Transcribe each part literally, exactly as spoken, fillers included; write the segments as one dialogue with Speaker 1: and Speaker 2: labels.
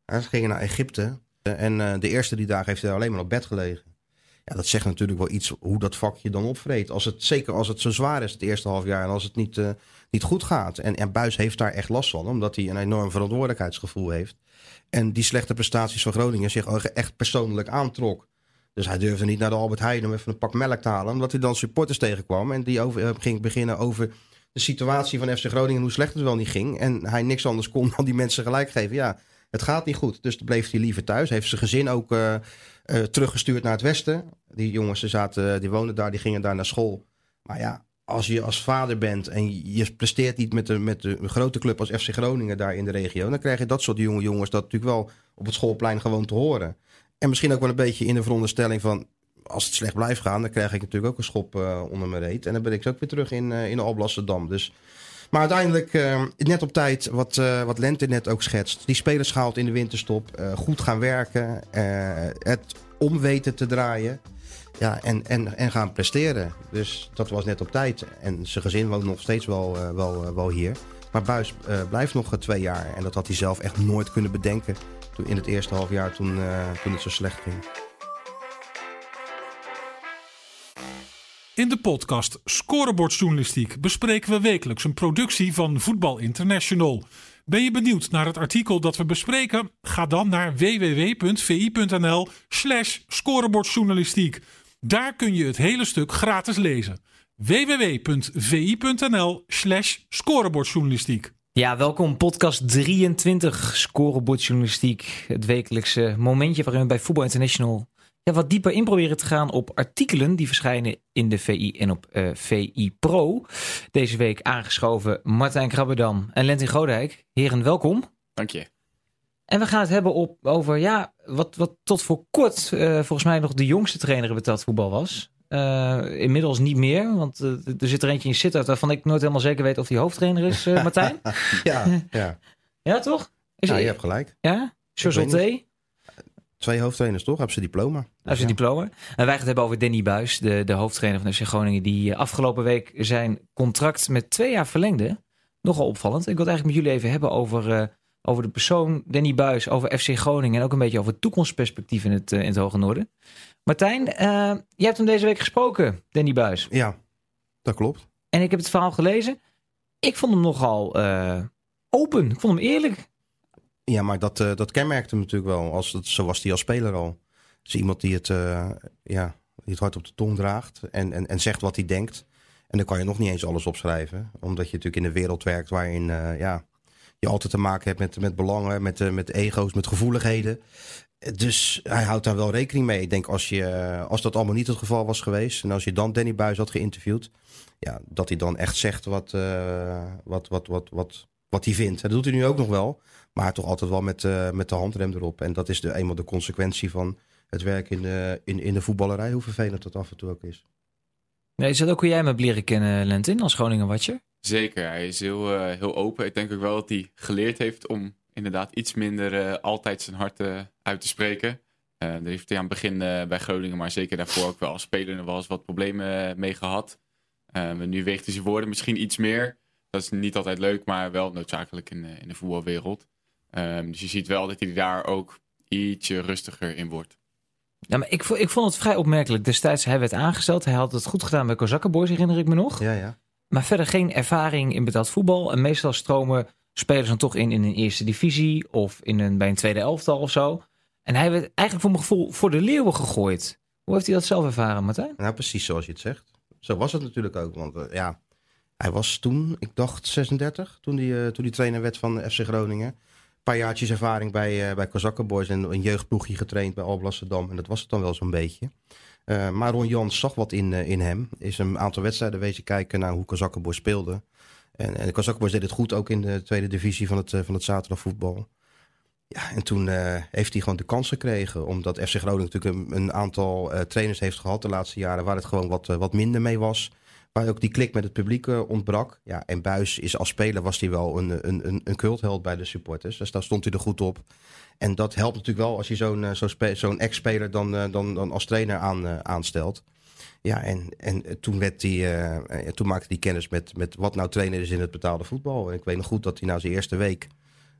Speaker 1: Ja, ze gingen naar Egypte. En uh, de eerste drie dagen heeft hij alleen maar op bed gelegen. Ja, dat zegt natuurlijk wel iets hoe dat vakje dan opvreet. Als het, zeker als het zo zwaar is het eerste half jaar en als het niet, uh, niet goed gaat. En, en Buijs heeft daar echt last van, omdat hij een enorm verantwoordelijkheidsgevoel heeft. En die slechte prestaties van Groningen zich echt persoonlijk aantrok. Dus hij durfde niet naar de Albert Heijn om even een pak melk te halen. Omdat hij dan supporters tegenkwam en die over, uh, ging beginnen over de situatie van F C Groningen, hoe slecht het wel niet ging. En hij niks anders kon dan die mensen gelijk geven. Ja, het gaat niet goed. Dus dan bleef hij liever thuis. Heeft zijn gezin ook uh, uh, teruggestuurd naar het westen. Die jongens die zaten, die woonden daar, die gingen daar naar school. Maar ja, als je als vader bent en je presteert niet met de, met de grote club als F C Groningen daar in de regio, dan krijg je dat soort jonge jongens dat natuurlijk wel op het schoolplein gewoon te horen. En misschien ook wel een beetje in de veronderstelling van, als het slecht blijft gaan, dan krijg ik natuurlijk ook een schop uh, onder mijn reet. En dan ben ik ook weer terug in, uh, in Alblasserdam. Dus, maar uiteindelijk, uh, net op tijd, wat, uh, wat Lente net ook schetst. Die spelers gehaald in de winterstop. Uh, goed gaan werken. Uh, het om weten te draaien. Ja, en, en, en gaan presteren. Dus dat was net op tijd. En zijn gezin woont nog steeds wel, uh, wel, uh, wel hier. Maar Buijs uh, blijft nog uh, twee jaar. En dat had hij zelf echt nooit kunnen bedenken. Toen, in het eerste half jaar toen, uh, toen het zo slecht ging.
Speaker 2: In de podcast Scorebordjournalistiek bespreken we wekelijks een productie van Voetbal International. Ben je benieuwd naar het artikel dat we bespreken? Ga dan naar www.vi.nl slash scorebordjournalistiek. Daar kun je het hele stuk gratis lezen. www.vi.nl slash scorebordjournalistiek.
Speaker 3: Ja, welkom podcast drieëntwintig Scorebordjournalistiek. Het wekelijkse momentje waarin we bij Voetbal International ja, wat dieper in proberen te gaan op artikelen die verschijnen in de V I en op uh, V I Pro. Deze week aangeschoven Martijn Krabberdam en Lentin Godijk. Heren, welkom.
Speaker 4: Dank je.
Speaker 3: En we gaan het hebben op, over ja, wat, wat tot voor kort uh, volgens mij nog de jongste trainer in betaald voetbal was. Uh, inmiddels niet meer, want uh, er zit er eentje in Sittard waarvan ik nooit helemaal zeker weet of hij hoofdtrainer is, uh, Martijn.
Speaker 1: ja, ja.
Speaker 3: Ja, toch? Is
Speaker 1: ja,
Speaker 3: hij...
Speaker 1: je hebt gelijk.
Speaker 3: Ja? Chosolté?
Speaker 1: Twee hoofdtrainers toch? Hebben ze diploma.
Speaker 3: Hij heeft zijn diploma. En wij gaan het hebben over Danny Buijs, de, de hoofdtrainer van F C Groningen, die afgelopen week zijn contract met twee jaar verlengde. Nogal opvallend. Ik wil het eigenlijk met jullie even hebben over, uh, over de persoon Danny Buijs, over F C Groningen en ook een beetje over het toekomstperspectief in het, uh, in het Hoge Noorden. Martijn, uh, jij hebt hem deze week gesproken, Danny Buijs.
Speaker 1: Ja, dat klopt.
Speaker 3: En ik heb het verhaal gelezen. Ik vond hem nogal uh, open. Ik vond hem eerlijk.
Speaker 1: Ja, maar dat, uh, dat kenmerkt hem natuurlijk wel. Als het, zo was hij als speler al. Dus iemand die het, uh, ja, die het hart op de tong draagt en, en, en zegt wat hij denkt. En dan kan je nog niet eens alles opschrijven. Omdat je natuurlijk in een wereld werkt waarin uh, ja, je altijd te maken hebt met, met belangen, met, uh, met ego's, met gevoeligheden. Dus hij houdt daar wel rekening mee. Ik denk als, je, als dat allemaal niet het geval was geweest en als je dan Danny Buijs had geïnterviewd, ja, dat hij dan echt zegt wat, uh, wat, wat, wat, wat, wat hij vindt. Dat doet hij nu ook nog wel. Maar toch altijd wel met, uh, met de handrem erop. En dat is de, eenmaal de consequentie van het werk in de, in, in de voetballerij. Hoe vervelend dat af en toe ook is.
Speaker 3: Nee, is dat ook hoe jij hem hebt leren kennen, Lentin, als Groningen-watcher?
Speaker 4: Zeker, hij is heel, uh, heel open. Ik denk ook wel dat hij geleerd heeft om inderdaad iets minder uh, altijd zijn hart uh, uit te spreken. Uh, daar heeft hij aan het begin uh, bij Groningen, maar zeker daarvoor ook wel als speler er wel eens wat problemen mee gehad. Uh, nu weegt hij zijn woorden misschien iets meer. Dat is niet altijd leuk, maar wel noodzakelijk in, uh, in de voetbalwereld. Um, dus je ziet wel dat hij daar ook ietsje rustiger in wordt.
Speaker 3: Ja, maar ik, ik vond het vrij opmerkelijk. Destijds hij werd aangesteld. Hij had het goed gedaan bij Kozakkenboys, herinner ik me nog.
Speaker 1: Ja, ja.
Speaker 3: Maar verder geen ervaring in betaald voetbal. En meestal stromen spelers dan toch in in een eerste divisie of in een, bij een tweede elftal of zo. En hij werd eigenlijk voor mijn gevoel voor de leeuwen gegooid. Hoe heeft hij dat zelf ervaren, Martijn?
Speaker 1: Nou, precies zoals je het zegt. Zo was het natuurlijk ook. Want uh, ja, hij was toen, ik dacht zesendertig, toen hij, uh, toen hij trainer werd van F C Groningen. Een paar jaartjes ervaring bij, uh, bij Kozakkenboys en een jeugdploegje getraind bij Alblasserdam. En dat was het dan wel zo'n beetje. Uh, maar Ron Jans zag wat in, uh, in hem. Is een aantal wedstrijden wezen kijken naar hoe Kozakkenboys speelde. En, en de Kozakkenboys deed het goed ook in de tweede divisie van het, uh, van het zaterdagvoetbal. Ja, en toen uh, heeft hij gewoon de kans gekregen. Omdat F C Groningen natuurlijk een, een aantal uh, trainers heeft gehad de laatste jaren waar het gewoon wat, uh, wat minder mee was. Waar ook die klik met het publiek uh, ontbrak. Ja, en Buijs is als speler was hij wel een, een, een, een cultheld bij de supporters. Dus daar stond hij er goed op. En dat helpt natuurlijk wel als je zo'n, uh, zo'n, spe- zo'n ex-speler dan, uh, dan, dan als trainer aan, uh, aanstelt. Ja, en, en toen, werd die, uh, toen maakte hij kennis met, met wat nou trainer is in het betaalde voetbal. En ik weet nog goed dat hij na zijn eerste week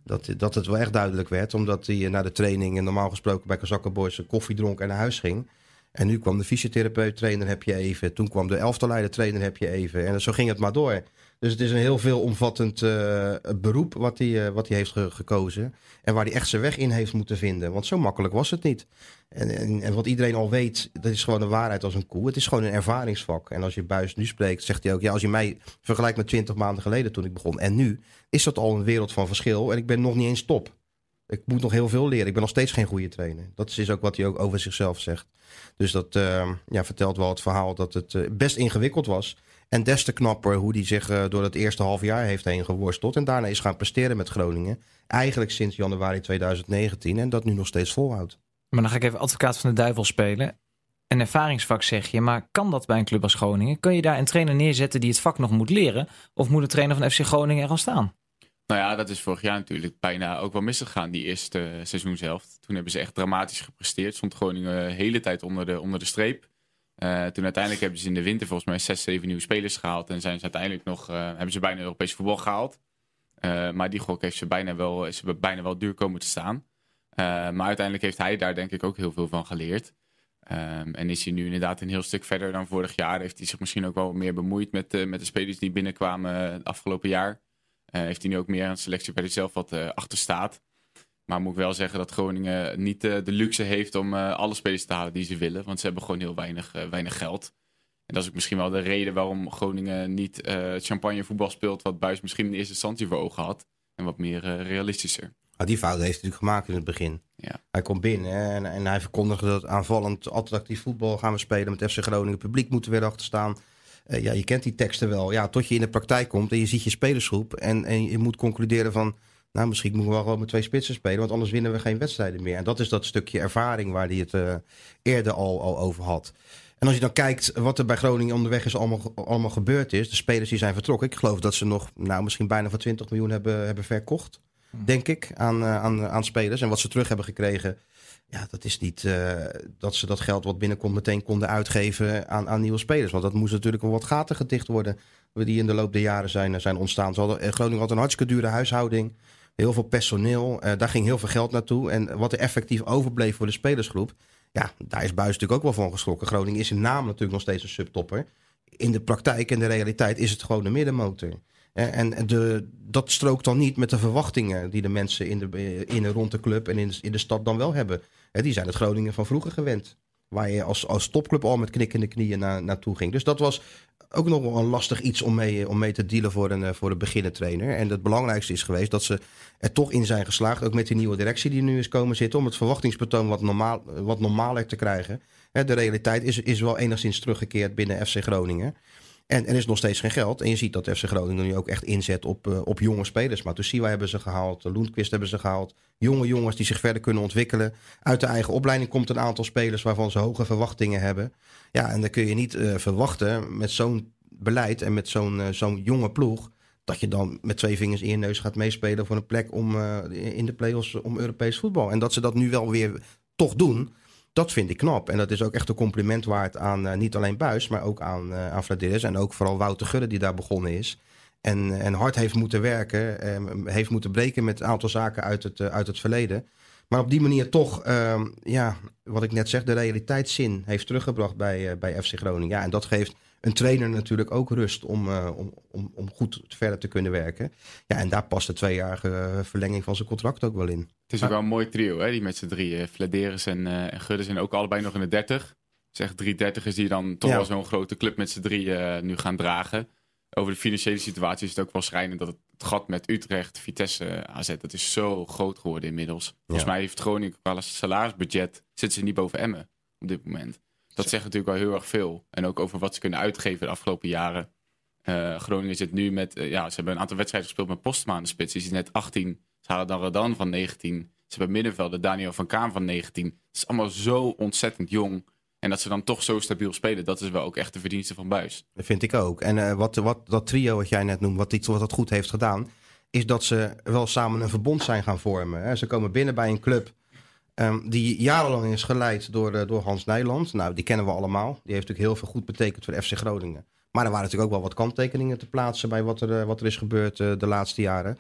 Speaker 1: Dat, dat het wel echt duidelijk werd. Omdat hij na de training normaal gesproken bij Kazakkenboys koffie dronk en naar huis ging. En nu kwam de fysiotherapeut trainer heb je even. Toen kwam de elftalleider trainer heb je even. En zo ging het maar door. Dus het is een heel veelomvattend uh, beroep wat hij, uh, wat hij heeft ge- gekozen. En waar hij echt zijn weg in heeft moeten vinden. Want zo makkelijk was het niet. En, en, en wat iedereen al weet, dat is gewoon de waarheid als een koe. Het is gewoon een ervaringsvak. En als je Buijs nu spreekt, zegt hij ook... ja, als je mij vergelijkt met twintig maanden geleden toen ik begon... en nu, is dat al een wereld van verschil. En ik ben nog niet eens top. Ik moet nog heel veel leren. Ik ben nog steeds geen goede trainer. Dat is ook wat hij ook over zichzelf zegt. Dus dat uh, ja, vertelt wel het verhaal dat het uh, best ingewikkeld was... En des te knapper hoe hij zich uh, door het eerste half jaar heeft heen geworsteld. En daarna is gaan presteren met Groningen. Eigenlijk sinds januari tweeduizend negentien. En dat nu nog steeds volhoudt.
Speaker 3: Maar dan ga ik even advocaat van de duivel spelen. Een ervaringsvak zeg je. Maar kan dat bij een club als Groningen? Kun je daar een trainer neerzetten die het vak nog moet leren? Of moet de trainer van F C Groningen er al staan?
Speaker 4: Nou ja, dat is vorig jaar natuurlijk bijna ook wel misgegaan. Die eerste uh, seizoen zelf. Toen hebben ze echt dramatisch gepresteerd. Stond Groningen de hele tijd onder de, onder de streep. Uh, toen uiteindelijk hebben ze in de winter volgens mij zes, zeven nieuwe spelers gehaald. En zijn ze uiteindelijk nog, uh, hebben ze bijna Europees voetbal gehaald. Uh, maar die gok heeft ze bijna wel, is ze bijna wel duur komen te staan. Uh, maar uiteindelijk heeft hij daar denk ik ook heel veel van geleerd. Um, en is hij nu inderdaad een heel stuk verder dan vorig jaar. Heeft hij zich misschien ook wel meer bemoeid met, uh, met de spelers die binnenkwamen het afgelopen jaar. Uh, heeft hij nu ook meer aan de selectie bij zichzelf wat uh, achter staat. Maar moet ik wel zeggen dat Groningen niet uh, de luxe heeft om uh, alle spelers te halen die ze willen. Want ze hebben gewoon heel weinig, uh, weinig geld. En dat is ook misschien wel de reden waarom Groningen niet uh, champagne voetbal speelt. Wat Buijs misschien in eerste instantie voor ogen had. En wat meer uh, realistischer.
Speaker 1: Ah, die fout heeft hij natuurlijk gemaakt in het begin.
Speaker 4: Ja.
Speaker 1: Hij komt binnen en, en hij verkondigde dat aanvallend attractief voetbal gaan we spelen met F C Groningen. Het publiek moet er weer achter staan. Uh, ja, je kent die teksten wel. Ja, tot je in de praktijk komt en je ziet je spelersgroep. En, en je moet concluderen van... Nou, misschien moeten we wel gewoon met twee spitsen spelen, want anders winnen we geen wedstrijden meer. En dat is dat stukje ervaring waar hij het uh, eerder al, al over had. En als je dan kijkt wat er bij Groningen onderweg is allemaal, allemaal gebeurd is, de spelers die zijn vertrokken. Ik geloof dat ze nog, nou, misschien bijna voor twintig miljoen hebben, hebben verkocht, denk ik, aan, uh, aan, aan spelers. En wat ze terug hebben gekregen, ja, dat is niet uh, dat ze dat geld wat binnenkomt meteen konden uitgeven aan, aan nieuwe spelers. Want dat moest natuurlijk wel wat gaten gedicht worden, die in de loop der jaren zijn, zijn ontstaan. Ze hadden, Groningen had een hartstikke dure huishouding. Heel veel personeel, uh, daar ging heel veel geld naartoe. En wat er effectief overbleef voor de spelersgroep... ja, daar is Buijs natuurlijk ook wel van geschrokken. Groningen is in naam natuurlijk nog steeds een subtopper. In de praktijk en de realiteit is het gewoon de middenmotor. Uh, en de, dat strookt dan niet met de verwachtingen... die de mensen in, de, in en rond de club en in de, in de stad dan wel hebben. Uh, die zijn het Groningen van vroeger gewend. Waar je als, als topclub al met knikkende knieën na, naartoe ging. Dus dat was... ook nog wel een lastig iets om mee, om mee te dealen voor een, voor een beginnertrainer. En het belangrijkste is geweest dat ze er toch in zijn geslaagd, ook met die nieuwe directie die nu is komen zitten, om het verwachtingspatroon wat, normaal, wat normaler te krijgen. De realiteit is, is wel enigszins teruggekeerd binnen F C Groningen. En er is nog steeds geen geld. En je ziet dat F C Groningen nu ook echt inzet op, uh, op jonge spelers. Matusiwa hebben ze gehaald, Lundqvist hebben ze gehaald. Jonge jongens die zich verder kunnen ontwikkelen. Uit de eigen opleiding komt een aantal spelers waarvan ze hoge verwachtingen hebben. Ja, en dan kun je niet uh, verwachten met zo'n beleid en met zo'n, uh, zo'n jonge ploeg... dat je dan met twee vingers in je neus gaat meespelen voor een plek om uh, in de play-offs om Europees voetbal. En dat ze dat nu wel weer toch doen... Dat vind ik knap. En dat is ook echt een compliment waard aan uh, niet alleen Buijs, maar ook aan, uh, aan Vladeris. En ook vooral Wouter Gudde die daar begonnen is. En, en hard heeft moeten werken. Uh, heeft moeten breken met een aantal zaken uit het, uh, uit het verleden. Maar op die manier toch, uh, ja, wat ik net zeg, de realiteitszin heeft teruggebracht bij, uh, bij F C Groningen. Ja, en dat geeft een trainer natuurlijk ook rust om, uh, om, om, om goed verder te kunnen werken. Ja, en daar past de tweejarige verlenging van zijn contract ook wel in.
Speaker 4: Het is ook wel een mooi trio, hè, die met z'n drieën. Vladeris en, uh, en Gudde zijn ook allebei nog in de dertig. Zeg drie dertigers die dan toch ja. wel zo'n grote club met z'n drieën uh, nu gaan dragen. Over de financiële situatie is het ook wel schrijnend dat het gat met Utrecht, Vitesse, A Z, dat is zo groot geworden inmiddels. Volgens ja. mij heeft Groningen qua salarisbudget, zitten ze niet boven Emmen op dit moment. Dat zegt natuurlijk wel heel erg veel. En ook over wat ze kunnen uitgeven de afgelopen jaren. Uh, Groningen zit nu met, uh, ja, ze hebben een aantal wedstrijden gespeeld met Postma aan de spits. Die is net achttien. Ze halen dan Radan van negentien. Ze hebben middenvelder Daniel van Kaan van negentien. Het is allemaal zo ontzettend jong. En dat ze dan toch zo stabiel spelen, dat is wel ook echt de verdienste van Buijs.
Speaker 1: Dat vind ik ook. En uh, wat, wat dat trio wat jij net noemt, wat, die, wat dat goed heeft gedaan, is dat ze wel samen een verbond zijn gaan vormen. Hè. Ze komen binnen bij een club um, die jarenlang is geleid door, uh, door Hans Nijland. Nou, die kennen we allemaal. Die heeft natuurlijk heel veel goed betekend voor F C Groningen. Maar er waren natuurlijk ook wel wat kanttekeningen te plaatsen bij wat er, uh, wat er is gebeurd uh, de laatste jaren.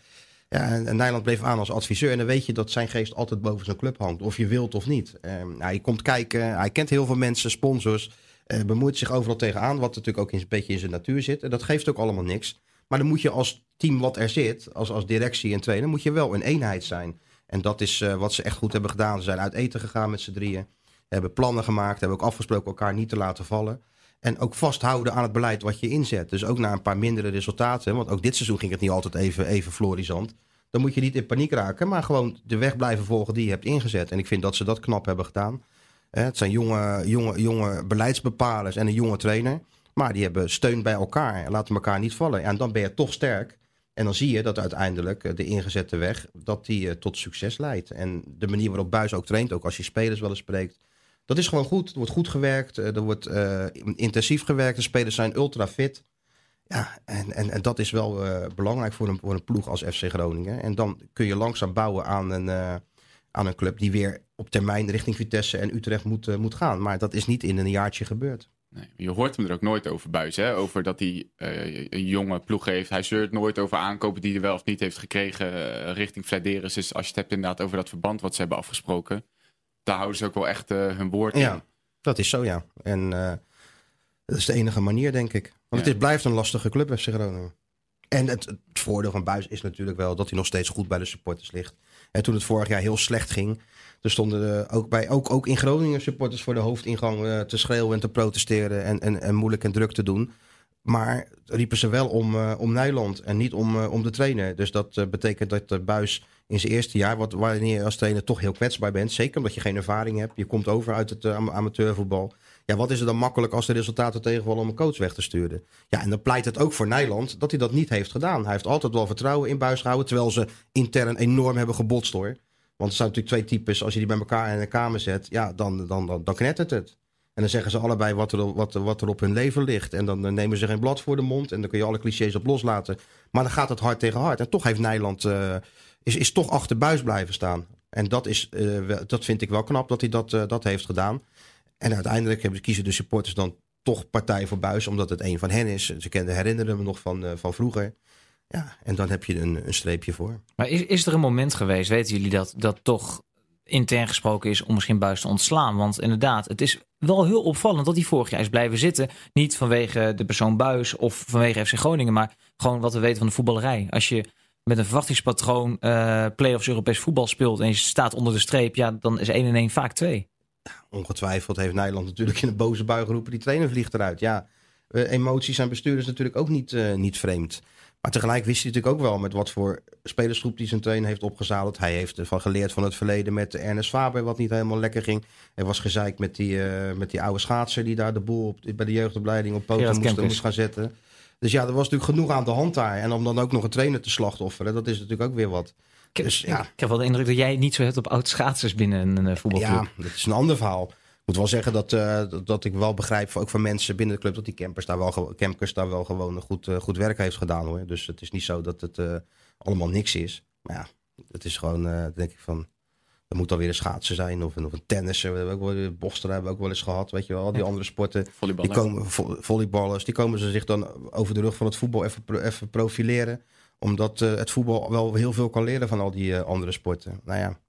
Speaker 1: Ja, en, en Nijland bleef aan als adviseur. En dan weet je dat zijn geest altijd boven zijn club hangt. Of je wilt of niet. Uh, hij komt kijken. Hij kent heel veel mensen, sponsors. Uh, bemoeit zich overal tegenaan. Wat natuurlijk ook in, een beetje in zijn natuur zit. En dat geeft ook allemaal niks. Maar dan moet je als team wat er zit. Als, als directie en trainer. Moet je wel een eenheid zijn. En dat is uh, wat ze echt goed hebben gedaan. Ze zijn uit eten gegaan met z'n drieën. Hebben plannen gemaakt. Hebben ook afgesproken elkaar niet te laten vallen. En ook vasthouden aan het beleid wat je inzet. Dus ook na een paar mindere resultaten. Want ook dit seizoen ging het niet altijd even, even florisant. Dan moet je niet in paniek raken. Maar gewoon de weg blijven volgen die je hebt ingezet. En ik vind dat ze dat knap hebben gedaan. Eh, het zijn jonge, jonge, jonge beleidsbepalers en een jonge trainer. Maar die hebben steun bij elkaar. En laten elkaar niet vallen. En dan ben je toch sterk. En dan zie je dat uiteindelijk de ingezette weg. Dat die uh, tot succes leidt. En de manier waarop Buijs ook traint. Ook als je spelers wel eens spreekt. Dat is gewoon goed. Er wordt goed gewerkt. Er wordt uh, intensief gewerkt. De spelers zijn ultra fit. Ja, en, en, en dat is wel uh, belangrijk voor een, voor een ploeg als F C Groningen. En dan kun je langzaam bouwen aan een, uh, aan een club die weer op termijn richting Vitesse en Utrecht moet, uh, moet gaan. Maar dat is niet in een jaartje gebeurd.
Speaker 4: Nee, je hoort hem er ook nooit over Buijs, hè? Over dat hij uh, een jonge ploeg heeft. Hij zeurt nooit over aankopen die hij wel of niet heeft gekregen uh, richting Flederis. Dus als je het hebt inderdaad over dat verband wat ze hebben afgesproken. Daar houden ze ook wel echt uh, hun woord in.
Speaker 1: Ja, dat is zo, ja. En uh, dat is de enige manier, denk ik. Want
Speaker 4: ja.
Speaker 1: het is, blijft een lastige club, F C Groningen. En het, het voordeel van Buijs is natuurlijk wel dat hij nog steeds goed bij de supporters ligt. En toen het vorig jaar heel slecht ging, er stonden uh, ook, bij, ook, ook in Groningen supporters voor de hoofdingang uh, te schreeuwen en te protesteren en, en, en moeilijk en druk te doen. Maar riepen ze wel om, uh, om Nijland en niet om, uh, om de trainer. Dus dat uh, betekent dat uh, Buijs in zijn eerste jaar, wat, wanneer je als trainer toch heel kwetsbaar bent. Zeker omdat je geen ervaring hebt. Je komt over uit het uh, amateurvoetbal. Ja, wat is er dan makkelijk als de resultaten tegenvallen om een coach weg te sturen? Ja, en dan pleit het ook voor Nijland dat hij dat niet heeft gedaan. Hij heeft altijd wel vertrouwen in Buijs gehouden. Terwijl ze intern enorm hebben gebotst, hoor. Want er zijn natuurlijk twee types. Als je die bij elkaar in een kamer zet, ja, dan, dan, dan, dan knettert het. En dan zeggen ze allebei wat er, wat, wat er op hun leven ligt. En dan nemen ze geen blad voor de mond. En dan kun je alle clichés op loslaten. Maar dan gaat het hard tegen hard. En toch heeft Nijland uh, is, is toch achter Buijs blijven staan. En dat, is, uh, dat vind ik wel knap dat hij dat, uh, dat heeft gedaan. En uiteindelijk kiezen de supporters dan toch partij voor Buijs. Omdat het een van hen is. Ze kenden, herinneren me nog van, uh, van vroeger. Ja, en dan heb je een, een streepje voor.
Speaker 3: Maar is, is er een moment geweest, weten jullie dat, dat toch intern gesproken is om misschien Buijs te ontslaan? Want inderdaad, het is wel heel opvallend dat hij vorig jaar is blijven zitten. Niet vanwege de persoon Buijs of vanwege F C Groningen, maar gewoon wat we weten van de voetballerij. Als je met een verwachtingspatroon uh, play-offs Europees voetbal speelt en je staat onder de streep, ja, dan is één en één vaak twee.
Speaker 1: Ongetwijfeld heeft Nijland natuurlijk in een boze bui geroepen, die trainer vliegt eruit. Ja, uh, emoties aan bestuurders natuurlijk ook niet, uh, niet vreemd. Maar tegelijk wist hij natuurlijk ook wel met wat voor spelersgroep die zijn trainer heeft opgezadeld. Hij heeft ervan geleerd van het verleden met Ernest Faber, wat niet helemaal lekker ging. Er was gezeik met die, uh, met die oude schaatser die daar de boel op, bij de jeugdopleiding op poten moest, moest gaan zetten. Dus ja, er was natuurlijk genoeg aan de hand daar. En om dan ook nog een trainer te slachtofferen, dat is natuurlijk ook weer wat.
Speaker 3: Ik,
Speaker 1: dus, ja.
Speaker 3: ik heb wel de indruk dat jij niet zo hebt op oud schaatsers binnen een uh, voetbalclub.
Speaker 1: Ja, dat is een ander verhaal. Ik moet wel zeggen dat, uh, dat, dat ik wel begrijp, ook van mensen binnen de club, dat die campers daar wel, campers daar wel gewoon goed, uh, goed werk heeft gedaan, hoor. Dus het is niet zo dat het uh, allemaal niks is. Maar ja, het is gewoon, uh, denk ik van, er moet alweer een schaatser zijn of een, of een tennisser. We hebben ook wel, Boster hebben we ook wel eens gehad, weet je wel. Al die ja. andere sporten, die komen, vo- volleyballers, die komen ze zich dan over de rug van het voetbal even, even profileren. Omdat uh, het voetbal wel heel veel kan leren van al die uh, andere sporten. Nou ja.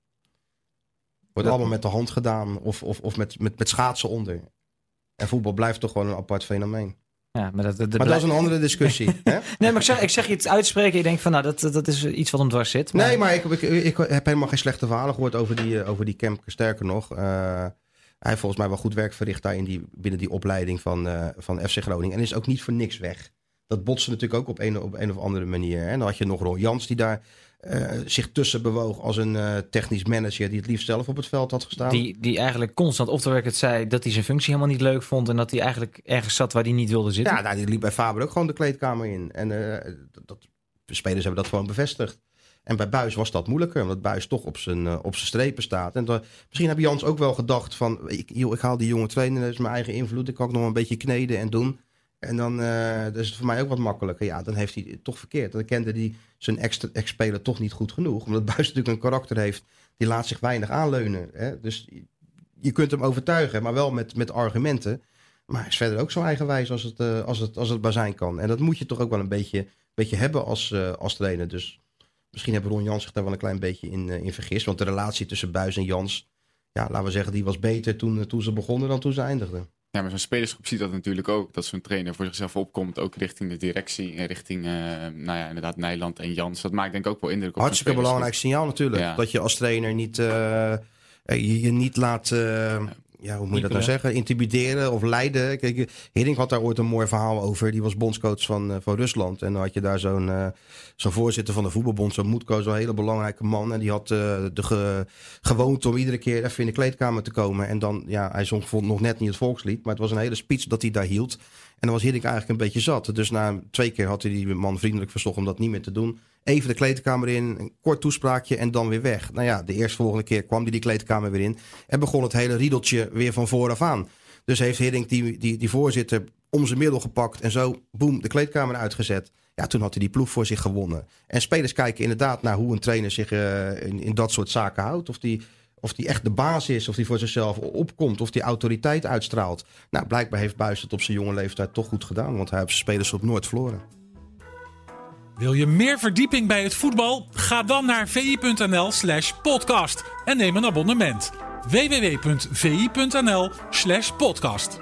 Speaker 1: Wordt dat allemaal met de hand gedaan of, of, of met, met, met schaatsen onder. En voetbal blijft toch gewoon een apart fenomeen.
Speaker 3: Ja, maar dat, dat,
Speaker 1: maar dat is een andere discussie. Hè?
Speaker 3: Nee, maar ik zeg, ik zeg je het uitspreken. Je denkt van, nou, dat, dat is iets wat hem dwars zit. Maar...
Speaker 1: Nee, maar ik, ik, ik heb helemaal geen slechte verhalen gehoord over die, over die camp. Sterker nog, uh, hij heeft volgens mij wel goed werk verricht daar in die, binnen die opleiding van, uh, van F C Groningen. En is ook niet voor niks weg. Dat botste natuurlijk ook op een, op een of andere manier. Hè? En dan had je nog Ron Jans die daar uh, zich tussen bewoog als een uh, technisch manager die het liefst zelf op het veld had gestaan.
Speaker 3: Die, die eigenlijk constant op de werk zei dat hij zijn functie helemaal niet leuk vond en dat hij eigenlijk ergens zat waar hij niet wilde zitten.
Speaker 1: Ja, nou, die liep bij Faber ook gewoon de kleedkamer in. En uh, dat, dat, de spelers hebben dat gewoon bevestigd. En bij Buijs was dat moeilijker, omdat Buijs toch op zijn, uh, op zijn strepen staat. En dat, misschien heb Jans ook wel gedacht van, ik, joh, ik haal die jonge trainer, dat is mijn eigen invloed, ik kan ook nog een beetje kneden en doen. En dan uh, is het voor mij ook wat makkelijker. Ja, dan heeft hij het toch verkeerd. Dan kende hij zijn ex-speler toch niet goed genoeg. Omdat Buijs natuurlijk een karakter heeft, die laat zich weinig aanleunen. Hè? Dus je kunt hem overtuigen, maar wel met, met argumenten. Maar hij is verder ook zo eigenwijs als het, uh, als het, als het maar zijn kan. En dat moet je toch ook wel een beetje, beetje hebben als, uh, als trainer. Dus Misschien heeft Ron Jans zich daar wel een klein beetje in, uh, in vergist. Want de relatie tussen Buijs en Jans, ja, laten we zeggen, die was beter toen, uh, toen ze begonnen dan toen ze eindigden.
Speaker 4: Ja, maar zo'n spelersgroep ziet dat natuurlijk ook. Dat zo'n trainer voor zichzelf opkomt. Ook richting de directie. En richting, uh, nou ja, inderdaad Nijland en Jans. Dat maakt denk ik ook wel indruk op.
Speaker 1: Hartstikke belangrijk signaal natuurlijk. Ja. Dat je als trainer niet, uh, je, je niet laat... Uh, ja. Ja, hoe moet je dat nou zeggen? Intimideren of leiden. Kijk, Hiddink had daar ooit een mooi verhaal over. Die was bondscoach van, uh, van Rusland. En dan had je daar zo'n, uh, zo'n voorzitter van de voetbalbond, zo'n Moetko, zo'n hele belangrijke man. En die had uh, de ge, gewoonte om iedere keer even in de kleedkamer te komen. En dan, ja, hij zong nog net niet het volkslied. Maar het was een hele speech dat hij daar hield. En dan was Hiddink eigenlijk een beetje zat. Dus na twee keer had hij die man vriendelijk verzocht om dat niet meer te doen. Even de kleedkamer in, een kort toespraakje en dan weer weg. Nou ja, de eerstvolgende keer kwam hij die kleedkamer weer in. En begon het hele riedeltje weer van vooraf aan. Dus heeft Hiddink die, die, die voorzitter om zijn middel gepakt. En zo, boem, de kleedkamer uitgezet. Ja, toen had hij die ploeg voor zich gewonnen. En spelers kijken inderdaad naar hoe een trainer zich uh, in, in dat soort zaken houdt. Of die, of die echt de baas is, of die voor zichzelf opkomt. Of die autoriteit uitstraalt. Nou, blijkbaar heeft Buijs het op zijn jonge leeftijd toch goed gedaan. Want hij heeft zijn spelers op nooit verloren.
Speaker 2: Wil je meer verdieping bij het voetbal? Ga dan naar vi.nl slash podcast en neem een abonnement. www.vi.nl slash podcast.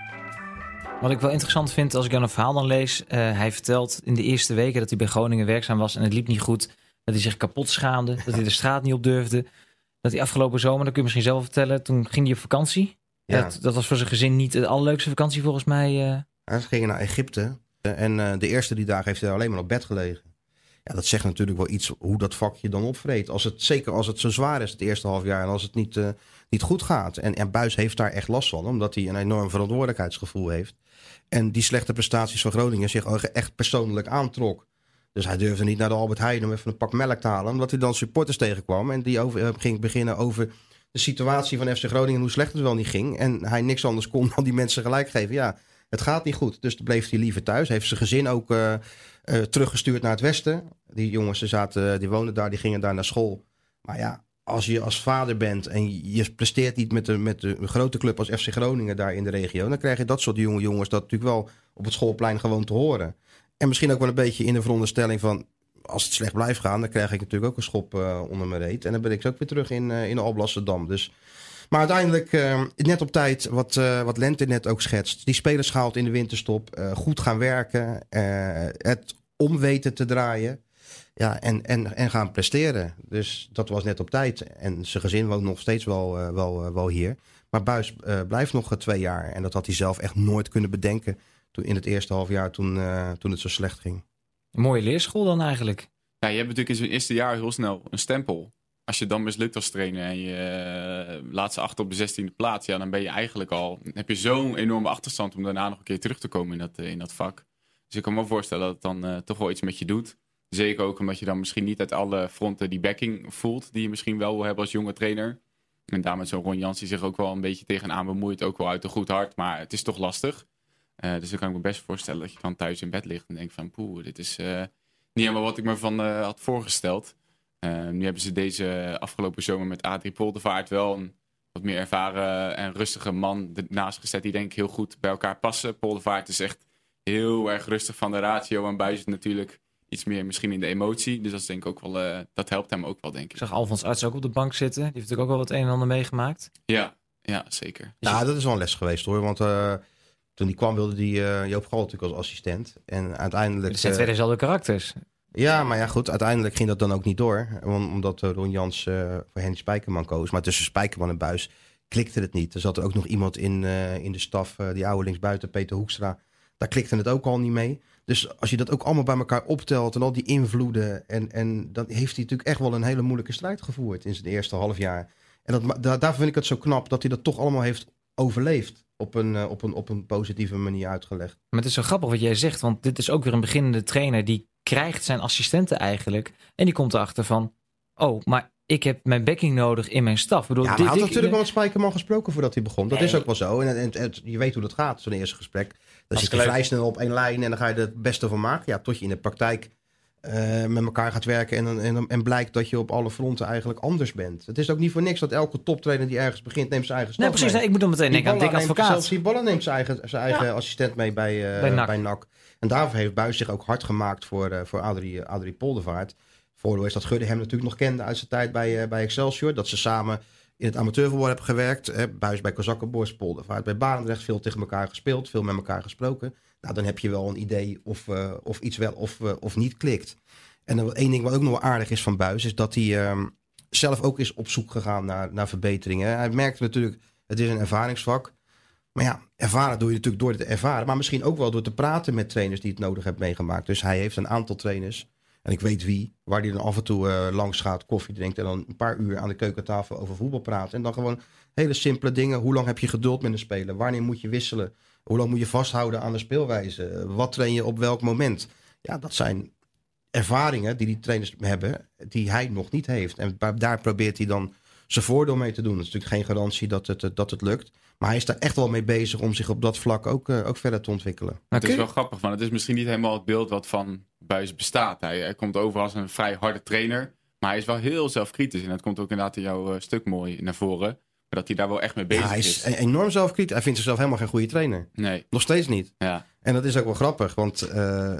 Speaker 3: Wat ik wel interessant vind als ik dan een verhaal dan lees. Uh, hij vertelt in de eerste weken dat hij bij Groningen werkzaam was en het liep niet goed. Dat hij zich kapot schaamde, dat hij de straat niet op durfde. Dat hij afgelopen zomer, dat kun je misschien zelf vertellen, toen ging hij op vakantie.
Speaker 1: Ja.
Speaker 3: Dat, dat was voor zijn gezin niet de allerleukste vakantie volgens mij. Uh...
Speaker 1: Ja, ze gingen naar Egypte. En uh, de eerste die dagen heeft hij alleen maar op bed gelegen. Ja, dat zegt natuurlijk wel iets hoe dat vakje dan opvreet. Als het, zeker als het zo zwaar is het eerste half jaar en als het niet, uh, niet goed gaat. En, en Buijs heeft daar echt last van, omdat hij een enorm verantwoordelijkheidsgevoel heeft. En die slechte prestaties van Groningen zich echt persoonlijk aantrok. Dus hij durfde niet naar de Albert Heijn om even een pak melk te halen. Omdat hij dan supporters tegenkwam en die over, uh, ging beginnen over de situatie van F C Groningen en hoe slecht het wel niet ging. En hij niks anders kon dan die mensen gelijk geven. Ja, het gaat niet goed. Dus bleef hij liever thuis. Heeft zijn gezin ook uh, uh, teruggestuurd naar het westen. Die jongens die zaten, die woonden daar, die gingen daar naar school. Maar ja, als je als vader bent en je presteert niet met de, met de grote club als F C Groningen daar in de regio, dan krijg je dat soort jonge jongens dat natuurlijk wel op het schoolplein gewoon te horen. En misschien ook wel een beetje in de veronderstelling van, als het slecht blijft gaan, dan krijg ik natuurlijk ook een schop uh, onder mijn reet. En dan ben ik ook weer terug in, uh, in Alblasserdam. Dus... Maar uiteindelijk, uh, net op tijd, wat, uh, wat Lente net ook schetst. Die spelers gehaald in de winterstop. Uh, goed gaan werken. Uh, het om weten te draaien. Ja, en, en, en gaan presteren. Dus dat was net op tijd. En zijn gezin woont nog steeds wel, uh, wel, uh, wel hier. Maar Buijs uh, blijft nog uh, twee jaar. En dat had hij zelf echt nooit kunnen bedenken. Toen, in het eerste half jaar toen, uh, toen het zo slecht ging.
Speaker 3: Een mooie leerschool dan eigenlijk.
Speaker 4: Ja, je hebt natuurlijk in zo'n eerste jaar heel snel een stempel. Als je dan mislukt als trainer en je uh, laat ze achter op de zestiende plaats, ja, dan ben je eigenlijk al, heb je zo'n enorme achterstand om daarna nog een keer terug te komen in dat, uh, in dat vak. Dus ik kan me wel voorstellen dat het dan uh, toch wel iets met je doet. Zeker ook omdat je dan misschien niet uit alle fronten die backing voelt, die je misschien wel wil hebben als jonge trainer. En daar met zo'n Ron Jans die zich ook wel een beetje tegenaan bemoeit, ook wel uit een goed hart, maar het is toch lastig. Uh, dus dan kan ik me best voorstellen dat je dan thuis in bed ligt en denkt van, poeh, dit is uh, niet helemaal wat ik me van uh, had voorgesteld. Uh, nu hebben ze deze afgelopen zomer met Adrie Poldervaart wel een wat meer ervaren en rustige man ernaast gezet. Die denk ik heel goed bij elkaar passen. Poldervaart is echt heel erg rustig van de ratio. En Buijs natuurlijk iets meer misschien in de emotie. Dus dat, is denk ik ook wel, uh, dat helpt hem ook wel, denk ik.
Speaker 3: Ik zag Alfons Arts ook op de bank zitten. Die heeft natuurlijk ook wel wat een en ander meegemaakt.
Speaker 4: Ja, ja zeker.
Speaker 1: Nou, dat is wel een les geweest hoor. Want uh, toen die kwam wilde die uh, Joop Gal natuurlijk als assistent. En uiteindelijk...
Speaker 3: Het zijn twee dezelfde karakters.
Speaker 1: Ja, maar ja goed, uiteindelijk ging dat dan ook niet door. Omdat Ron Jans uh, voor Henny Spijkerman koos. Maar tussen Spijkerman en Buijs klikte het niet. Er zat er ook nog iemand in, uh, in de staf, uh, die oude linksbuiten, Peter Hoekstra. Daar klikte het ook al niet mee. Dus als je dat ook allemaal bij elkaar optelt en al die invloeden. En, en dan heeft hij natuurlijk echt wel een hele moeilijke strijd gevoerd in zijn eerste half jaar. En dat, daar, daar vind ik het zo knap dat hij dat toch allemaal heeft overleefd. Op een, uh, op, een, op een positieve manier uitgelegd.
Speaker 3: Maar het is zo grappig wat jij zegt. Want dit is ook weer een beginnende trainer die krijgt zijn assistenten eigenlijk. En die komt erachter van, oh, maar ik heb mijn backing nodig in mijn staf. Ik bedoel,
Speaker 1: ja, maar
Speaker 3: dit,
Speaker 1: hij had
Speaker 3: ik,
Speaker 1: natuurlijk wel met Spijkerman gesproken voordat hij begon. Dat
Speaker 3: nee.
Speaker 1: is ook wel zo. En, en, en je weet hoe dat gaat, zo'n eerste gesprek. Dan zit je vrij snel op één lijn en dan ga je er het beste van maken. Ja, tot je in de praktijk uh, met elkaar gaat werken en, en, en blijkt dat je op alle fronten eigenlijk anders bent. Het is ook niet voor niks dat elke toptrainer die ergens begint neemt zijn eigen staf
Speaker 3: Nee, precies.
Speaker 1: mee.
Speaker 3: Nee, ik moet dan meteen denken aan Dick Advocaat.
Speaker 1: Zelfs die Ballen neemt zijn eigen, zijn eigen ja. assistent mee bij, uh, bij, N A C. bij N A C. En daarvoor heeft Buijs zich ook hard gemaakt voor, uh, voor Adrie, Adrie Poldervaart. Voordeel is dat Gudde hem natuurlijk nog kende uit zijn tijd bij, uh, bij Excelsior. Dat ze samen in het amateurvoetbal hebben gewerkt. Hè. Buis bij Kozakkenborst, Poldervaart bij Barendrecht. Veel tegen elkaar gespeeld, veel met elkaar gesproken. Nou, dan heb je wel een idee of, uh, of iets wel of, uh, of niet klikt. En dan één ding wat ook nog wel aardig is van Buis, is dat hij uh, zelf ook is op zoek gegaan naar, naar verbeteringen. Hij merkte natuurlijk, het is een ervaringsvak. Maar ja, ervaren doe je natuurlijk door te ervaren. Maar misschien ook wel door te praten met trainers die het nodig hebben meegemaakt. Dus hij heeft een aantal trainers. En ik weet wie. Waar hij dan af en toe uh, langs gaat, koffie drinkt. En dan een paar uur aan de keukentafel over voetbal praat. En dan gewoon hele simpele dingen. Hoe lang heb je geduld met een speler? Wanneer moet je wisselen? Hoe lang moet je vasthouden aan de speelwijze? Wat train je op welk moment? Ja, dat zijn ervaringen die die trainers hebben. Die hij nog niet heeft. En daar probeert hij dan zijn voordeel mee te doen. Dat is natuurlijk geen garantie dat het, dat het lukt. Maar hij is daar echt wel mee bezig om zich op dat vlak ook, uh, ook verder te ontwikkelen.
Speaker 4: Het is wel grappig, want het is misschien niet helemaal het beeld wat van Buis bestaat. Hij, hij komt over als een vrij harde trainer, maar hij is wel heel zelfkritisch. En dat komt ook inderdaad in jouw uh, stuk mooi naar voren. Maar dat hij daar wel echt mee bezig
Speaker 1: ja, hij is.
Speaker 4: is.
Speaker 1: Hij is enorm zelfkritisch. Hij vindt zichzelf helemaal geen goede trainer.
Speaker 4: Nee.
Speaker 1: Nog steeds niet.
Speaker 4: Ja.
Speaker 1: En dat is ook wel grappig, want uh,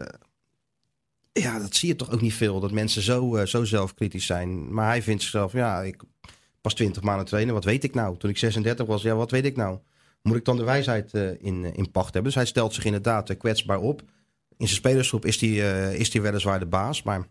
Speaker 1: ja, dat zie je toch ook niet veel. Dat mensen zo, uh, zo zelfkritisch zijn. Maar hij vindt zichzelf, ja, ik pas twintig maanden trainen. Wat weet ik nou? Toen ik zesendertig was, ja, wat weet ik nou? Moet ik dan de wijsheid uh, in, in pacht hebben? Dus hij stelt zich inderdaad uh, kwetsbaar op. In zijn spelersgroep is hij uh, is hij weliswaar de baas. Maar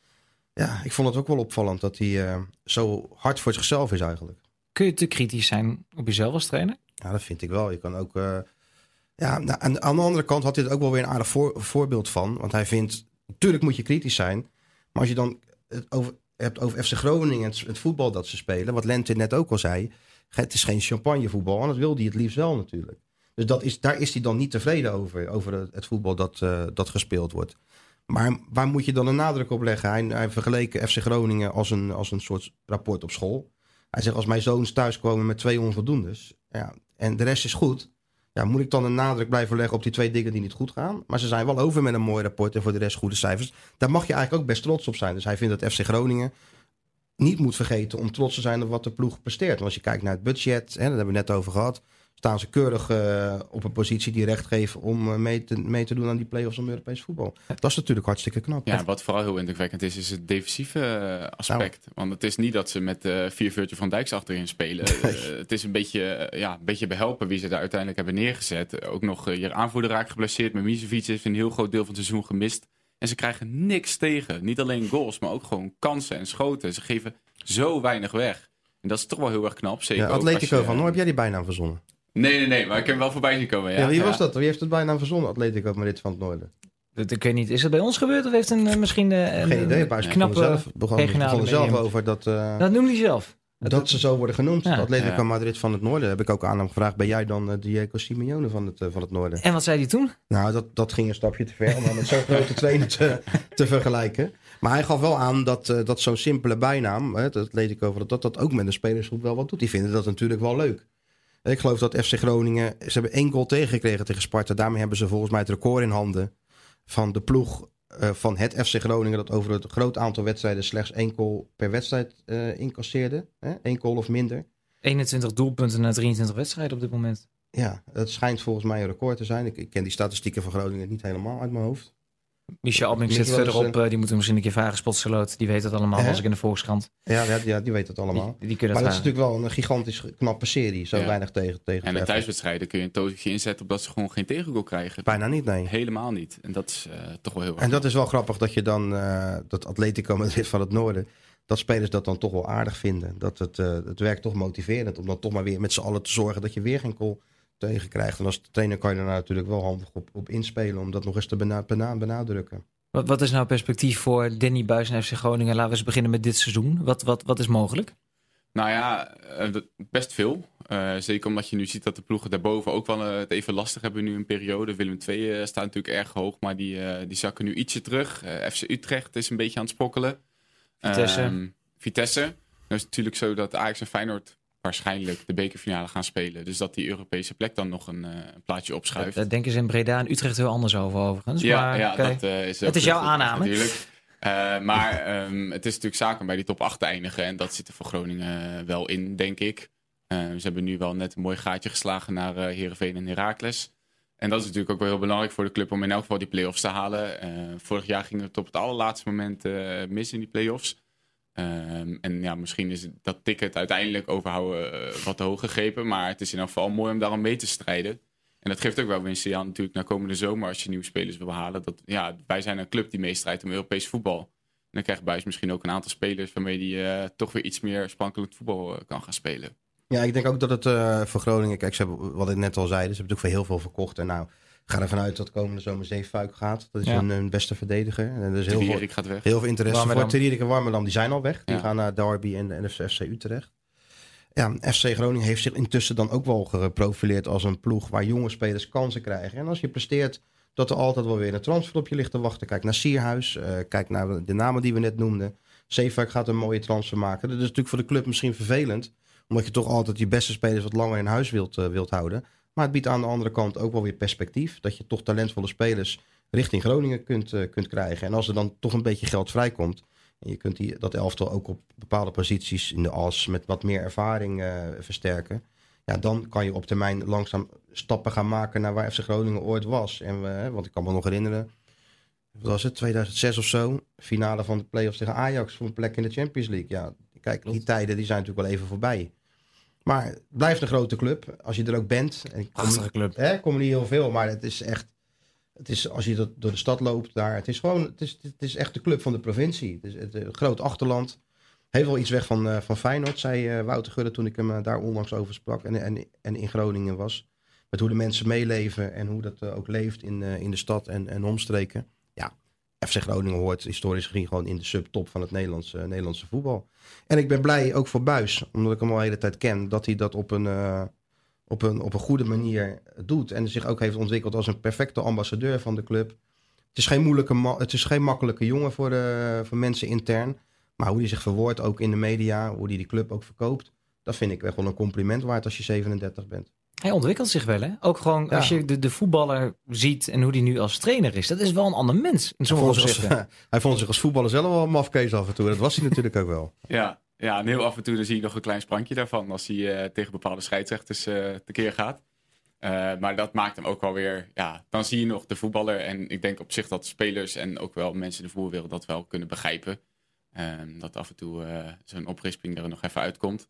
Speaker 1: ja, ik vond het ook wel opvallend dat hij uh, zo hard voor zichzelf is eigenlijk.
Speaker 3: Kun je te kritisch zijn op jezelf als trainer?
Speaker 1: Ja, dat vind ik wel. Je kan ook... Uh, ja, nou, aan, aan de andere kant had hij er ook wel weer een aardig voor, voorbeeld van. Want hij vindt... Natuurlijk moet je kritisch zijn. Maar als je dan het over, hebt over F C Groningen en het, het voetbal dat ze spelen... Wat Lente net ook al zei... Het is geen champagnevoetbal en dat wil hij het liefst wel natuurlijk. Dus dat is, daar is hij dan niet tevreden over, over het, het voetbal dat, uh, dat gespeeld wordt. Maar waar moet je dan een nadruk op leggen? Hij, hij vergeleken F C Groningen als een, als een soort rapport op school. Hij zegt, als mijn zoons thuiskomen met twee onvoldoendes... Ja, en de rest is goed... Ja, moet ik dan een nadruk blijven leggen op die twee dingen die niet goed gaan? Maar ze zijn wel over met een mooi rapport en voor de rest goede cijfers. Daar mag je eigenlijk ook best trots op zijn. Dus hij vindt dat F C Groningen... niet moet vergeten om trots te zijn op wat de ploeg presteert. Want als je kijkt naar het budget, hè, daar hebben we net over gehad... staan ze keurig uh, op een positie die recht geeft om uh, mee, te, mee te doen aan die play-offs om Europees voetbal. Dat is natuurlijk hartstikke knap.
Speaker 4: Ja, wat vooral heel indrukwekkend is, is het defensieve uh, aspect. Nou. Want het is niet dat ze met uh, vier Virgil van Dijks achterin spelen. Nee. Uh, het is een beetje, uh, ja, een beetje behelpen wie ze daar uiteindelijk hebben neergezet. Uh, ook nog uh, je aanvoerder raakt geblesseerd. Maar Misevic heeft een heel groot deel van het seizoen gemist. En ze krijgen niks tegen. Niet alleen goals, maar ook gewoon kansen en schoten. Ze geven zo weinig weg. En dat is toch wel heel erg knap. Zeker
Speaker 1: ja, Atletico je, van Noord, heb jij die bijnaam verzonnen?
Speaker 4: Nee, nee, nee, maar ik heb hem wel voorbij zien komen. Ja,
Speaker 1: ja wie
Speaker 4: ja.
Speaker 1: was dat? Wie heeft het bijnaam verzonnen? Atletico Madrid van het Noorden.
Speaker 3: Dat, ik weet niet. Is dat bij ons gebeurd of heeft een uh, misschien uh, een,
Speaker 1: geen idee. Een knappe zelf, begon, begon zelf over dat. Uh,
Speaker 3: dat noemde hij zelf.
Speaker 1: Dat, dat ze zo worden genoemd. Ja. Atletico
Speaker 3: ja.
Speaker 1: Madrid van het Noorden. Heb ik ook aan hem gevraagd. Ben jij dan uh, Diego Simeone van het, uh, van het Noorden?
Speaker 3: En wat zei hij toen?
Speaker 1: Nou, dat, dat ging een stapje te ver om dan met zo'n grote trainer te, te vergelijken. Maar hij gaf wel aan dat, uh, dat zo'n simpele bijnaam, het Atletico, dat, dat dat ook met een spelersgroep wel wat doet. Die vinden dat natuurlijk wel leuk. Ik geloof dat F C Groningen, ze hebben één goal tegengekregen tegen Sparta. Daarmee hebben ze volgens mij het record in handen van de ploeg uh, van het F C Groningen, dat over het groot aantal wedstrijden slechts één goal per wedstrijd uh, incasseerde. Hè? Eén goal of minder.
Speaker 3: eenentwintig doelpunten na drieëntwintig wedstrijden op dit moment.
Speaker 1: Ja, dat schijnt volgens mij een record te zijn. Ik, ik ken die statistieken van Groningen niet helemaal uit mijn hoofd.
Speaker 3: Michel Abming zit verderop, uh, die moeten we misschien een keer vragen. Spotsaloot, die weet dat allemaal, was ik in de Volkskrant.
Speaker 1: Ja, ja, ja, die weet het allemaal.
Speaker 3: Die, die kunnen
Speaker 1: maar
Speaker 3: het
Speaker 1: dat is natuurlijk wel een gigantisch knappe serie. Zo ja. weinig tegen, tegen
Speaker 4: En in thuiswedstrijden kun je een tootje inzetten op dat ze gewoon geen tegengoal krijgen.
Speaker 1: Bijna niet, nee.
Speaker 4: Helemaal niet. En dat is uh, toch wel heel erg.
Speaker 1: En dat is wel grappig dat je dan, uh, dat Atletico Madrid van het Noorden, dat spelers dat dan toch wel aardig vinden. Dat het, uh, het werkt toch motiverend om dan toch maar weer met z'n allen te zorgen dat je weer geen goal tegen krijgt. En als trainer kan je daar natuurlijk wel handig op, op inspelen om dat nog eens te bena- bena- benadrukken.
Speaker 3: Wat, wat is nou perspectief voor Danny Buis en F C Groningen? Laten we eens beginnen met dit seizoen. Wat, wat, wat is mogelijk?
Speaker 4: Nou ja, best veel. Uh, zeker omdat je nu ziet dat de ploegen daarboven ook wel uh, het even lastig hebben nu een periode. Willem twee uh, staat natuurlijk erg hoog, maar die, uh, die zakken nu ietsje terug. Uh, F C Utrecht is een beetje aan het sprokkelen.
Speaker 3: Vitesse.
Speaker 4: Uh, Vitesse. Nou is het natuurlijk zo dat Ajax en Feyenoord waarschijnlijk de bekerfinale gaan spelen. Dus dat die Europese plek dan nog een, uh, een plaatje opschuift.
Speaker 3: Daar denken ze in Breda en Utrecht heel anders over overigens.
Speaker 4: Ja,
Speaker 3: maar,
Speaker 4: ja
Speaker 3: okay.
Speaker 4: dat uh, is
Speaker 3: Het is jouw aanname.
Speaker 4: Natuurlijk. Uh, maar um, het is natuurlijk zaak om bij die top acht te eindigen. En dat zit er voor Groningen wel in, denk ik. Uh, ze hebben nu wel net een mooi gaatje geslagen naar uh, Heerenveen en Heracles. En dat is natuurlijk ook wel heel belangrijk voor de club om in elk geval die play-offs te halen. Uh, vorig jaar ging het op het allerlaatste moment uh, mis in die play-offs. Um, en ja, misschien is dat ticket uiteindelijk overhouden uh, wat te hoog gegrepen. Maar het is in elk geval mooi om daarom mee te strijden. En dat geeft ook wel winst aan natuurlijk naar komende zomer als je nieuwe spelers wil halen. Dat, ja, wij zijn een club die meestrijdt om Europees voetbal. En dan krijgt Buijs misschien ook een aantal spelers waarmee die uh, toch weer iets meer sprankelend voetbal uh, kan gaan spelen.
Speaker 1: Ja, ik denk ook dat het uh, voor Groningen... Kijk, ze hebben, wat ik net al zei, ze hebben natuurlijk voor heel veel verkocht. En nou, ik ga ervan uit dat komende zomer Zeefuik gaat. Dat is ja. hun, hun beste verdediger. En er is heel veel,
Speaker 4: gaat weg.
Speaker 1: heel veel interesse
Speaker 3: Warmerdam.
Speaker 1: voor Terririk en Warmerdam. Die zijn al weg. Die
Speaker 4: Ja.
Speaker 1: gaan naar Derby en, en de F C Utrecht. Ja, F C Groningen heeft zich intussen dan ook wel geprofileerd als een ploeg waar jonge spelers kansen krijgen. En als je presteert, dat er altijd wel weer een transfer op je ligt te wachten. Kijk naar Sierhuis, uh, kijk naar de namen die we net noemden. Zeefuik gaat een mooie transfer maken. Dat is natuurlijk voor de club misschien vervelend, omdat je toch altijd je beste spelers wat langer in huis wilt, uh, wilt houden. Maar het biedt aan de andere kant ook wel weer perspectief. Dat je toch talentvolle spelers richting Groningen kunt, uh, kunt krijgen. En als er dan toch een beetje geld vrijkomt. En je kunt die, dat elftal ook op bepaalde posities in de as met wat meer ervaring uh, versterken. Ja, dan kan je op termijn langzaam stappen gaan maken naar waar F C Groningen ooit was. En we, want ik kan me nog herinneren, wat was het, tweeduizend zes of zo. Finale van de play-offs tegen Ajax voor een plek in de Champions League. Ja, kijk, die tijden die zijn natuurlijk wel even voorbij. Maar het blijft een grote club. Als je er ook bent.
Speaker 3: Prachtige club.
Speaker 1: Er komen niet heel veel, maar het is echt... Het is, als je dat door de stad loopt daar, het is gewoon, het is, het is echt de club van de provincie. Het is het, het groot achterland. Heeft wel iets weg van, uh, van Feyenoord, zei uh, Wouter Gudde toen ik hem uh, daar onlangs over sprak en, en, en in Groningen was. Met hoe de mensen meeleven en hoe dat uh, ook leeft in, uh, in de stad en, en omstreken. Ja, F C Groningen hoort historisch gezien gewoon in de subtop van het Nederlandse, uh, Nederlandse voetbal. En ik ben blij ook voor Buijs, omdat ik hem al de hele tijd ken, dat hij dat op een... Uh, Op een, op een goede manier doet. En zich ook heeft ontwikkeld als een perfecte ambassadeur van de club. Het is geen, moeilijke ma- het is geen makkelijke jongen voor, de, voor mensen intern. Maar hoe hij zich verwoordt, ook in de media. Hoe hij die club ook verkoopt. Dat vind ik echt wel een compliment waard als je zevenendertig bent.
Speaker 3: Hij ontwikkelt zich wel, hè? Ook gewoon ja. als je de, de voetballer ziet en hoe hij nu als trainer is. Dat is wel een ander mens in sommige opzichten.
Speaker 1: Hij vond zich als voetballer zelf wel een mafkees af en toe. Dat was hij natuurlijk ook wel.
Speaker 4: Ja. Ja, en heel af en toe dan zie je nog een klein sprankje daarvan als hij uh, tegen bepaalde scheidsrechters uh, tekeer gaat. Uh, maar dat maakt hem ook wel weer, ja, dan zie je nog de voetballer. En ik denk op zich dat spelers en ook wel mensen in de voetbalwereld dat wel kunnen begrijpen. Um, dat af en toe uh, zo'n oprisping er nog even uitkomt.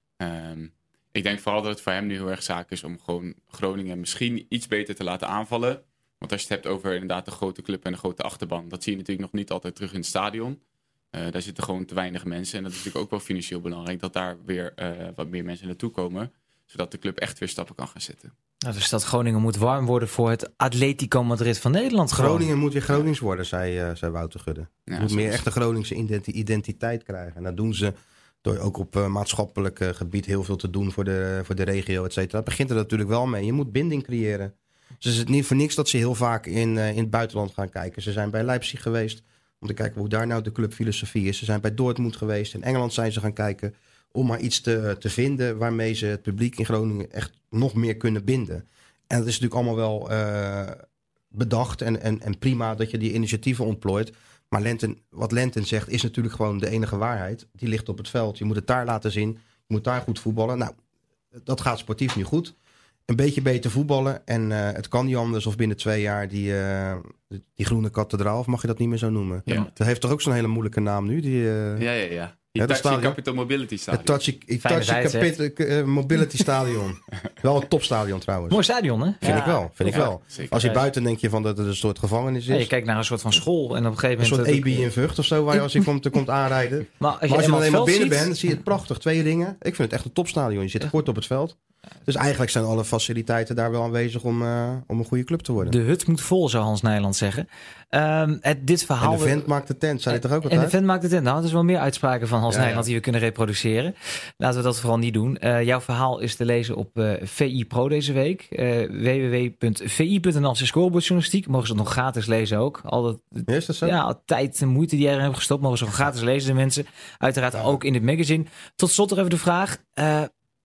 Speaker 4: Um, ik denk vooral dat het voor hem nu heel erg zaak is om gewoon Groningen misschien iets beter te laten aanvallen. Want als je het hebt over inderdaad de grote club en de grote achterban, dat zie je natuurlijk nog niet altijd terug in het stadion. Uh, daar zitten gewoon te weinig mensen. En dat is natuurlijk ook wel financieel belangrijk dat daar weer uh, wat meer mensen naartoe komen. Zodat de club echt weer stappen kan gaan zetten.
Speaker 3: Nou, de stad Groningen moet warm worden voor het Atletico Madrid van Nederland.
Speaker 1: Groningen
Speaker 3: gewoon.
Speaker 1: moet weer Gronings worden, zei, uh, zei Wouter Gudde.
Speaker 4: Ja,
Speaker 1: moet meer
Speaker 4: is...
Speaker 1: echt de Groningse identi- identiteit krijgen. En dat doen ze door ook op uh, maatschappelijk uh, gebied heel veel te doen voor de, voor de regio, et cetera. Dat begint er natuurlijk wel mee. Je moet binding creëren. Dus het is niet voor niks dat ze heel vaak in, uh, in het buitenland gaan kijken. Ze zijn bij Leipzig geweest om te kijken hoe daar nou de clubfilosofie is. Ze zijn bij Dortmund geweest. In Engeland zijn ze gaan kijken om maar iets te, te vinden waarmee ze het publiek in Groningen echt nog meer kunnen binden. En dat is natuurlijk allemaal wel uh, bedacht en, en, en prima dat je die initiatieven ontplooit. Maar Lenten, wat Lenten zegt is natuurlijk gewoon de enige waarheid. Die ligt op het veld. Je moet het daar laten zien. Je moet daar goed voetballen. Nou, dat gaat sportief nu goed. Een beetje beter voetballen. En uh, het kan niet anders of binnen twee jaar die, uh, die groene kathedraal, of mag je dat niet meer zo noemen?
Speaker 4: Ja.
Speaker 1: Dat heeft toch ook zo'n hele moeilijke naam nu? Die, uh,
Speaker 4: ja, ja, ja.
Speaker 1: Ja,
Speaker 4: Hitachi
Speaker 1: stadion.
Speaker 4: Capital Mobility Stadion.
Speaker 1: Hitachi, Hitachi Capit- uh, Mobility Stadion. Wel een topstadion trouwens.
Speaker 3: Mooi stadion, hè?
Speaker 1: Vind
Speaker 3: ja.
Speaker 1: ik wel. Vind
Speaker 3: ja,
Speaker 1: ik wel.
Speaker 4: Zeker.
Speaker 1: Als je buiten denk je van dat het een soort gevangenis is.
Speaker 3: Ja, je kijkt naar een soort van school en op een gegeven
Speaker 1: een
Speaker 3: moment...
Speaker 1: soort E B in Vught of zo, waar je als je komt, komt aanrijden.
Speaker 3: Maar als je,
Speaker 1: maar als je dan eenmaal binnen
Speaker 3: ziet,
Speaker 1: bent, zie je het prachtig. Twee dingen. Ik vind het echt een topstadion. Je zit kort op het veld. Dus eigenlijk zijn alle faciliteiten daar wel aanwezig om, uh, om een goede club te worden.
Speaker 3: De hut moet vol, zou Hans Nijland zeggen. Um, het, dit verhaal...
Speaker 1: En de vent maakt de tent, zei je toch ook altijd?
Speaker 3: En de vent maakt de tent. Nou, dat is wel meer uitspraken van Hans
Speaker 1: ja,
Speaker 3: Nijland
Speaker 1: ja.
Speaker 3: die we kunnen reproduceren. Laten we dat vooral niet doen. Uh, jouw verhaal is te lezen op uh, V I Pro deze week. Uh, w w w punt v i punt n l slash scorebordjournalistiek. Mogen ze het nog gratis lezen ook. Al dat,
Speaker 1: ja, is dat zo?
Speaker 3: Ja, tijd en moeite die erin hebben gestopt. Mogen ze gewoon gratis lezen, de mensen. Uiteraard ja. ook in het magazine. Tot slot nog even de vraag... Uh,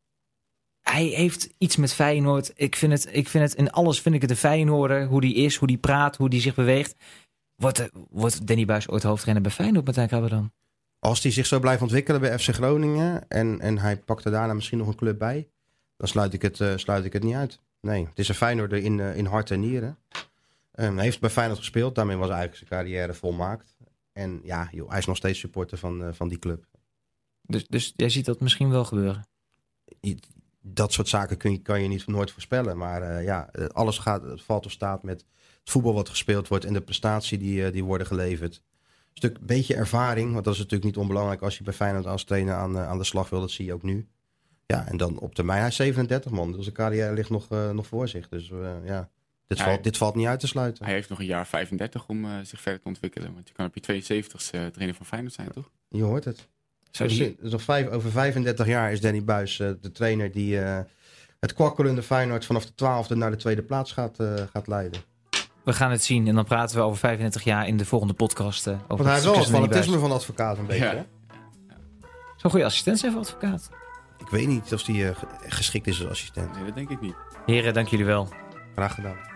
Speaker 3: Hij heeft iets met Feyenoord. Ik vind het, ik vind het in alles vind ik het een Feyenoorder. Hoe die is, hoe die praat, hoe die zich beweegt. Wordt, de, wordt Danny Buijs ooit hoofdtrainer bij Feyenoord, Martijn Krabberdam?
Speaker 1: Als hij zich zo blijft ontwikkelen bij F C Groningen... en, en hij pakt er daarna misschien nog een club bij... dan sluit ik het, uh, sluit ik het niet uit. nee. Het is een Feyenoorder in, uh, in hart en nieren. Um, hij heeft bij Feyenoord gespeeld. Daarmee was eigenlijk zijn carrière volmaakt. En ja, joh, hij is nog steeds supporter van, uh, van die club.
Speaker 3: Dus, dus jij ziet dat misschien wel gebeuren?
Speaker 1: Dat soort zaken kun je, kan je niet nooit voorspellen. Maar uh, ja, alles gaat, het valt of staat met het voetbal wat gespeeld wordt en de prestatie die, uh, die worden geleverd. Een stuk beetje ervaring, want dat is natuurlijk niet onbelangrijk als je bij Feyenoord als trainer aan, uh, aan de slag wil. Dat zie je ook nu. Ja, en dan op termijn, hij is zevenendertig man. Dus de carrière ligt nog, uh, nog voor zich. Dus uh, ja, dit,
Speaker 4: hij,
Speaker 1: valt, dit valt niet uit te sluiten.
Speaker 4: Hij heeft nog een jaar vijfendertig om uh, zich verder te ontwikkelen. Want je kan op je tweeënzeventigste uh, trainer van Feyenoord zijn, toch?
Speaker 1: Je hoort het.
Speaker 3: Zo
Speaker 1: Dus,
Speaker 3: die...
Speaker 1: dus nog vijf, over vijfendertig jaar is Danny Buijs uh, de trainer die uh, het kwakkelende Feyenoord vanaf de twaalfde naar de tweede plaats gaat, uh, gaat leiden.
Speaker 3: We gaan het zien en dan praten we over vijfendertig jaar in de volgende podcast. Uh, over
Speaker 1: Want hij is wel
Speaker 3: het
Speaker 1: het fanatisme van advocaat een beetje.
Speaker 4: Ja.
Speaker 1: Hè?
Speaker 3: Zo'n goede assistent zijn voor advocaat.
Speaker 1: Ik weet niet of hij uh, geschikt is als assistent.
Speaker 4: Nee, dat denk ik niet.
Speaker 3: Heren, dank jullie wel.
Speaker 1: Graag gedaan.